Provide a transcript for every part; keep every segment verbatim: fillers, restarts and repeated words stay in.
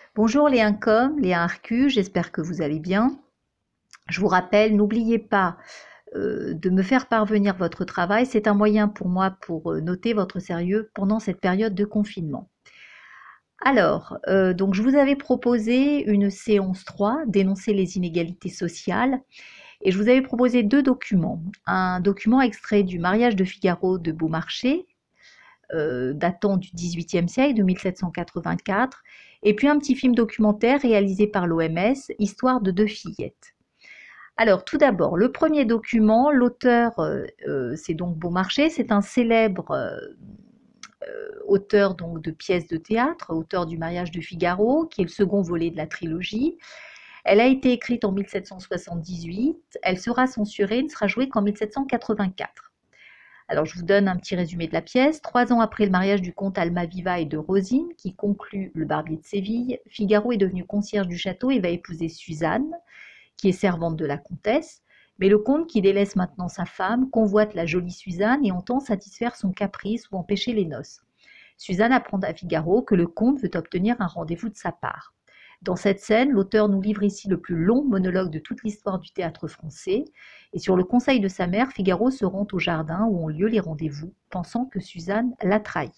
Bonjour les Incom, les Arcu, j'espère que vous allez bien. Je vous rappelle, n'oubliez pas euh, de me faire parvenir votre travail. C'est un moyen pour moi pour euh, noter votre sérieux pendant cette période de confinement. Alors, euh, donc je vous avais proposé une séance trois, dénoncer les inégalités sociales, et je vous avais proposé deux documents. Un document extrait du mariage de Figaro de Beaumarchais, euh, datant du dix-huitième siècle, de mille sept cent quatre-vingt-quatre, et puis un petit film documentaire réalisé par l'O M S, Histoire de deux fillettes. Alors, tout d'abord, le premier document, l'auteur, euh, euh, c'est donc Beaumarchais, c'est un célèbre euh, euh, auteur donc de pièces de théâtre, auteur du mariage de Figaro, qui est le second volet de la trilogie. Elle a été écrite en mille sept cent soixante-dix-huit, elle sera censurée, ne sera jouée qu'en mille sept cent quatre-vingt-quatre. Alors, je vous donne un petit résumé de la pièce. Trois ans après le mariage du comte Almaviva et de Rosine, qui conclut le Barbier de Séville, Figaro est devenu concierge du château et va épouser Suzanne, qui est servante de la comtesse. Mais le comte, qui délaisse maintenant sa femme, convoite la jolie Suzanne et entend satisfaire son caprice ou empêcher les noces. Suzanne apprend à Figaro que le comte veut obtenir un rendez-vous de sa part. Dans cette scène, l'auteur nous livre ici le plus long monologue de toute l'histoire du théâtre français, et sur le conseil de sa mère, Figaro se rend au jardin où ont lieu les rendez-vous, pensant que Suzanne l'a trahi.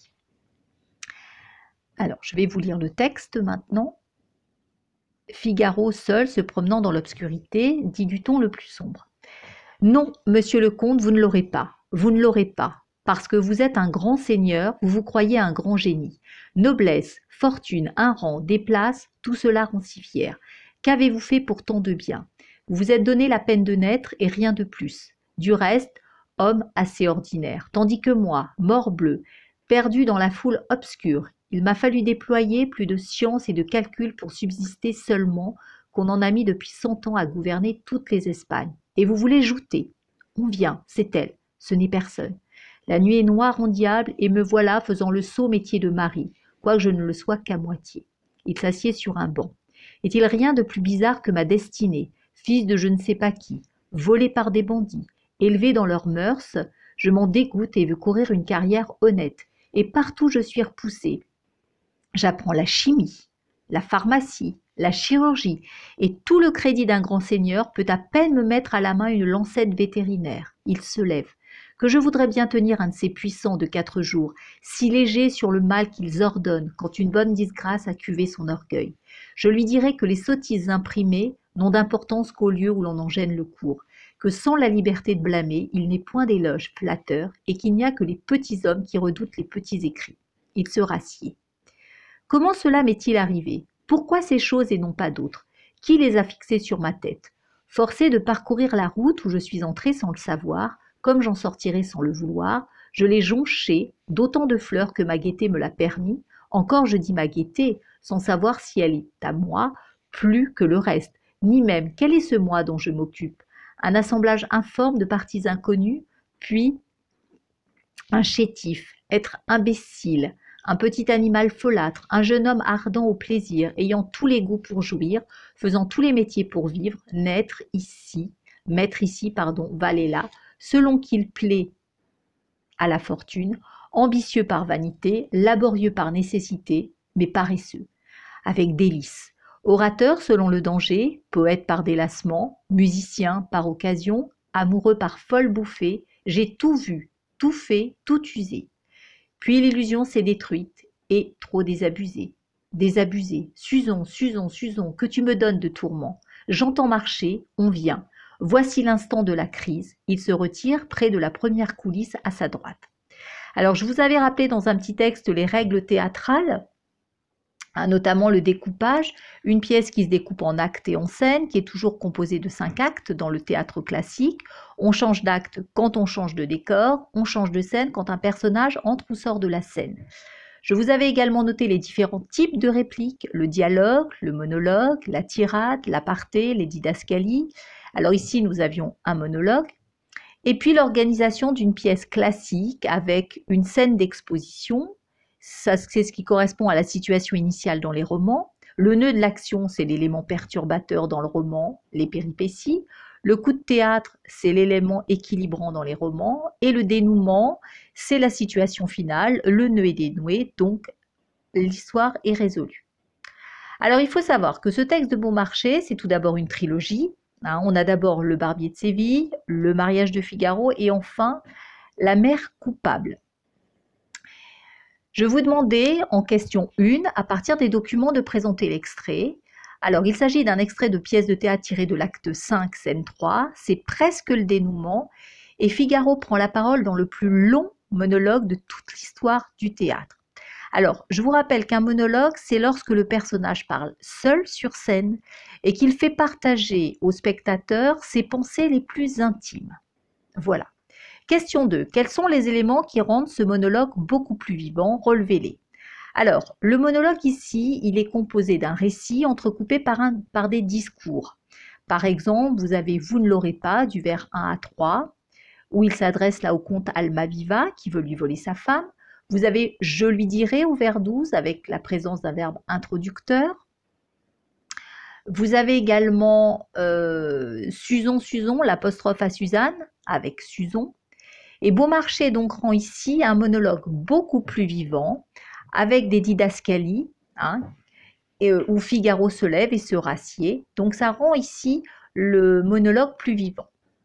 Alors, je vais vous lire le texte maintenant. Figaro, seul, se promenant dans l'obscurité, dit du ton le plus sombre. « Non, monsieur le comte, vous ne l'aurez pas, vous ne l'aurez pas. Parce que vous êtes un grand seigneur, vous vous croyez un grand génie. Noblesse, fortune, un rang, des places, tout cela rend si fier. Qu'avez-vous fait pour tant de bien? Vous vous êtes donné la peine de naître et rien de plus. Du reste, homme assez ordinaire. Tandis que moi, morbleu, perdu dans la foule obscure, il m'a fallu déployer plus de science et de calcul pour subsister seulement qu'on en a mis depuis cent ans à gouverner toutes les Espagnes. Et vous voulez jouter. On vient, c'est elle, ce n'est personne. La nuit est noire en diable et me voilà faisant le sot métier de mari, quoique je ne le sois qu'à moitié. Il s'assied sur un banc. Est-il rien de plus bizarre que ma destinée, fils de je ne sais pas qui, volé par des bandits, élevé dans leurs mœurs, je m'en dégoûte et veux courir une carrière honnête. Et partout je suis repoussé. J'apprends la chimie, la pharmacie, la chirurgie, et tout le crédit d'un grand seigneur peut à peine me mettre à la main une lancette vétérinaire. Il se lève. Que je voudrais bien tenir un de ces puissants de quatre jours, si légers sur le mal qu'ils ordonnent quand une bonne disgrâce a cuvé son orgueil. Je lui dirais que les sottises imprimées n'ont d'importance qu'au lieu où l'on en gêne le cours, que sans la liberté de blâmer, il n'est point d'éloge flatteur et qu'il n'y a que les petits hommes qui redoutent les petits écrits. Il se rassied. Comment cela m'est-il arrivé? Pourquoi ces choses et non pas d'autres? Qui les a fixées sur ma tête? Forcé de parcourir la route où je suis entré sans le savoir, comme j'en sortirai sans le vouloir, je l'ai jonchée d'autant de fleurs que ma gaieté me l'a permis, encore je dis ma gaieté, sans savoir si elle est à moi plus que le reste, ni même quel est ce moi dont je m'occupe. Un assemblage informe de parties inconnues, puis un chétif, être imbécile, un petit animal folâtre, un jeune homme ardent au plaisir, ayant tous les goûts pour jouir, faisant tous les métiers pour vivre, naître ici, mettre ici, pardon, valer là, selon qu'il plaît à la fortune, ambitieux par vanité, laborieux par nécessité, mais paresseux, avec délice, orateur selon le danger, poète par délassement, musicien par occasion, amoureux par folle bouffée, j'ai tout vu, tout fait, tout usé. Puis l'illusion s'est détruite et trop désabusée. Désabusée, Suzon, Suzon, Suzon, que tu me donnes de tourments. J'entends marcher, on vient. Voici l'instant de la crise. Il se retire près de la première coulisse à sa droite. Alors, je vous avais rappelé dans un petit texte les règles théâtrales, hein, notamment le découpage, une pièce qui se découpe en actes et en scènes, qui est toujours composée de cinq actes dans le théâtre classique. On change d'acte quand on change de décor, on change de scène quand un personnage entre ou sort de la scène. Je vous avais également noté les différents types de répliques, le dialogue, le monologue, la tirade, l'aparté, les didascalies. Alors ici, nous avions un monologue. Et puis l'organisation d'une pièce classique avec une scène d'exposition. Ça, c'est ce qui correspond à la situation initiale dans les romans. Le nœud de l'action, c'est l'élément perturbateur dans le roman, les péripéties. Le coup de théâtre, c'est l'élément équilibrant dans les romans. Et le dénouement, c'est la situation finale. Le nœud est dénoué, donc l'histoire est résolue. Alors, il faut savoir que ce texte de Beaumarchais, c'est tout d'abord une trilogie. Hein. On a d'abord Le Barbier de Séville, Le mariage de Figaro et enfin La mère coupable. Je vous demandais en question une, à partir des documents, de présenter l'extrait. Alors, il s'agit d'un extrait de pièce de théâtre tiré de l'acte cinq, scène trois. C'est presque le dénouement. Et Figaro prend la parole dans le plus long monologue de toute l'histoire du théâtre. Alors, je vous rappelle qu'un monologue, c'est lorsque le personnage parle seul sur scène et qu'il fait partager au spectateur ses pensées les plus intimes. Voilà. Question deux. Quels sont les éléments qui rendent ce monologue beaucoup plus vivant? Relevez-les. Alors, le monologue ici, il est composé d'un récit entrecoupé par, un, par des discours. Par exemple, vous avez « Vous ne l'aurez pas » du vers un à trois, où il s'adresse là au comte Almaviva qui veut lui voler sa femme. Vous avez « Je lui dirai » au vers douze avec la présence d'un verbe introducteur. Vous avez également euh, « Suzon, Suzon » l'apostrophe à Suzanne avec « Suzon ». Et Beaumarchais donc rend ici un monologue beaucoup plus vivant, avec des didascalies, hein, et, où Figaro se lève et se rassied. Donc ça rend ici le monologue plus vivant.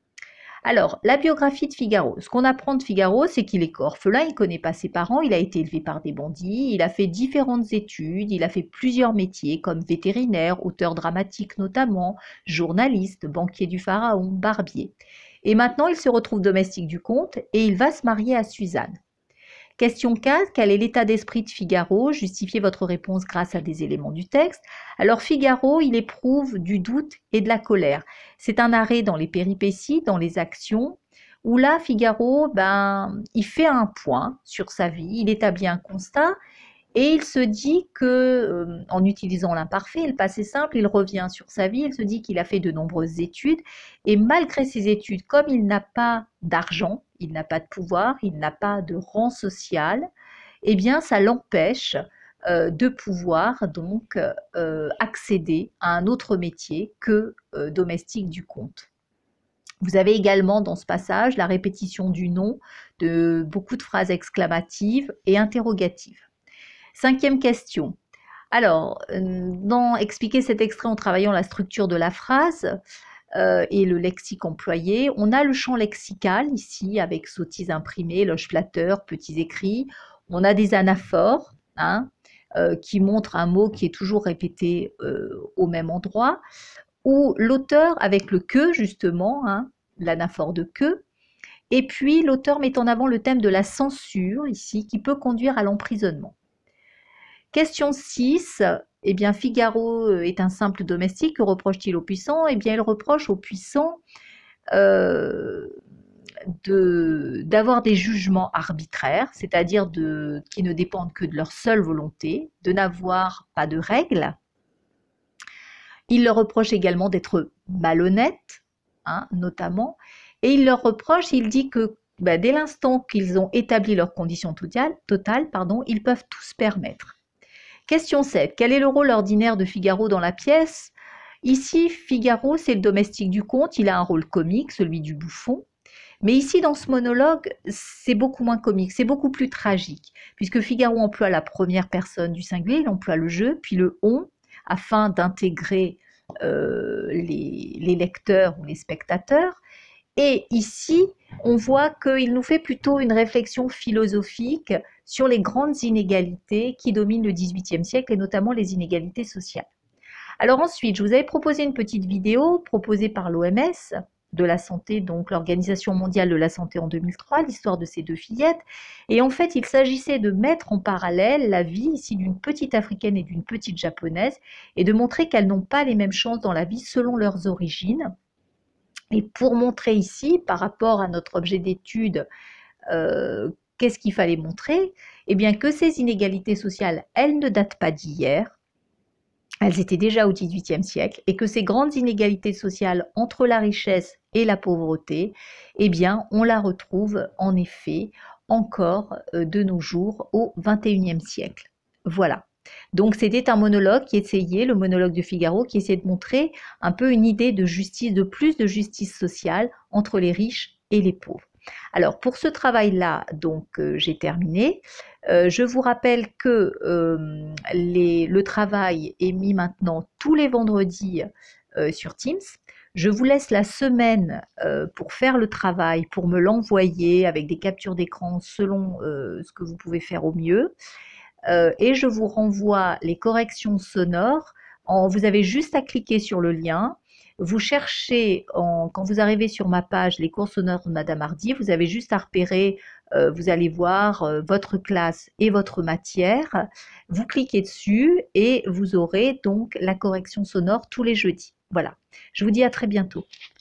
Alors, la biographie de Figaro. Ce qu'on apprend de Figaro, c'est qu'il est orphelin, il ne connaît pas ses parents, il a été élevé par des bandits, il a fait différentes études, il a fait plusieurs métiers comme vétérinaire, auteur dramatique notamment, journaliste, banquier du Pharaon, barbier. Et maintenant, il se retrouve domestique du comte et il va se marier à Suzanne. Question quatre. Quel est l'état d'esprit de Figaro? Justifiez votre réponse grâce à des éléments du texte. Alors Figaro, il éprouve du doute et de la colère. C'est un arrêt dans les péripéties, dans les actions, où là, Figaro, ben, il fait un point sur sa vie, il établit un constat, et il se dit que, euh, en utilisant l'imparfait, le passé simple, il revient sur sa vie, il se dit qu'il a fait de nombreuses études, et malgré ces études, comme il n'a pas d'argent, il n'a pas de pouvoir, il n'a pas de rang social, eh bien ça l'empêche euh, de pouvoir donc euh, accéder à un autre métier que euh, domestique du comte. Vous avez également dans ce passage la répétition du nom de beaucoup de phrases exclamatives et interrogatives. Cinquième question. Alors, dans expliquer cet extrait en travaillant la structure de la phrase euh, et le lexique employé, on a le champ lexical ici avec sottises imprimées, loge flatteur, petits écrits. On a des anaphores hein, euh, qui montrent un mot qui est toujours répété euh, au même endroit, ou l'auteur avec le que justement, hein, l'anaphore de que. Et puis l'auteur met en avant le thème de la censure ici qui peut conduire à l'emprisonnement. Question six, eh bien Figaro est un simple domestique, que reproche-t-il au puissant? Eh bien il reproche au puissant euh, d'avoir de, des jugements arbitraires, c'est-à-dire de, qui ne dépendent que de leur seule volonté, de n'avoir pas de règles. Il leur reproche également d'être malhonnêtes, hein, notamment, et il leur reproche, il dit que ben, dès l'instant qu'ils ont établi leurs conditions totales, totales pardon, ils peuvent tout se permettre. Question sept. Quel est le rôle ordinaire de Figaro dans la pièce? Ici, Figaro, c'est le domestique du comte, il a un rôle comique, celui du bouffon. Mais ici, dans ce monologue, c'est beaucoup moins comique, c'est beaucoup plus tragique, puisque Figaro emploie la première personne du singulier, il emploie le je, puis le on, afin d'intégrer euh, les, les lecteurs ou les spectateurs. Et ici, on voit qu'il nous fait plutôt une réflexion philosophique sur les grandes inégalités qui dominent le dix-huitième siècle et notamment les inégalités sociales. Alors ensuite, je vous avais proposé une petite vidéo proposée par l'O M S de la santé, donc l'Organisation mondiale de la santé en deux mille trois, l'histoire de ces deux fillettes. Et en fait, il s'agissait de mettre en parallèle la vie ici d'une petite africaine et d'une petite japonaise et de montrer qu'elles n'ont pas les mêmes chances dans la vie selon leurs origines. Et pour montrer ici, par rapport à notre objet d'étude, euh, qu'est-ce qu'il fallait montrer? Eh bien que ces inégalités sociales, elles ne datent pas d'hier, elles étaient déjà au dix-huitième siècle, et que ces grandes inégalités sociales entre la richesse et la pauvreté, eh bien on la retrouve en effet encore de nos jours au vingt et unième siècle. Voilà. Donc c'était un monologue qui essayait, le monologue de Figaro, qui essayait de montrer un peu une idée de justice, de plus de justice sociale entre les riches et les pauvres. Alors pour ce travail-là, donc euh, j'ai terminé. Euh, je vous rappelle que euh, les, le travail est mis maintenant tous les vendredis euh, sur Teams. Je vous laisse la semaine euh, pour faire le travail, pour me l'envoyer avec des captures d'écran selon euh, ce que vous pouvez faire au mieux. Euh, et je vous renvoie les corrections sonores. En, vous avez juste à cliquer sur le lien. Vous cherchez, en, quand vous arrivez sur ma page, les cours sonores de Madame Hardy, vous avez juste à repérer, euh, vous allez voir euh, votre classe et votre matière. Vous cliquez dessus et vous aurez donc la correction sonore tous les jeudis. Voilà. Je vous dis à très bientôt.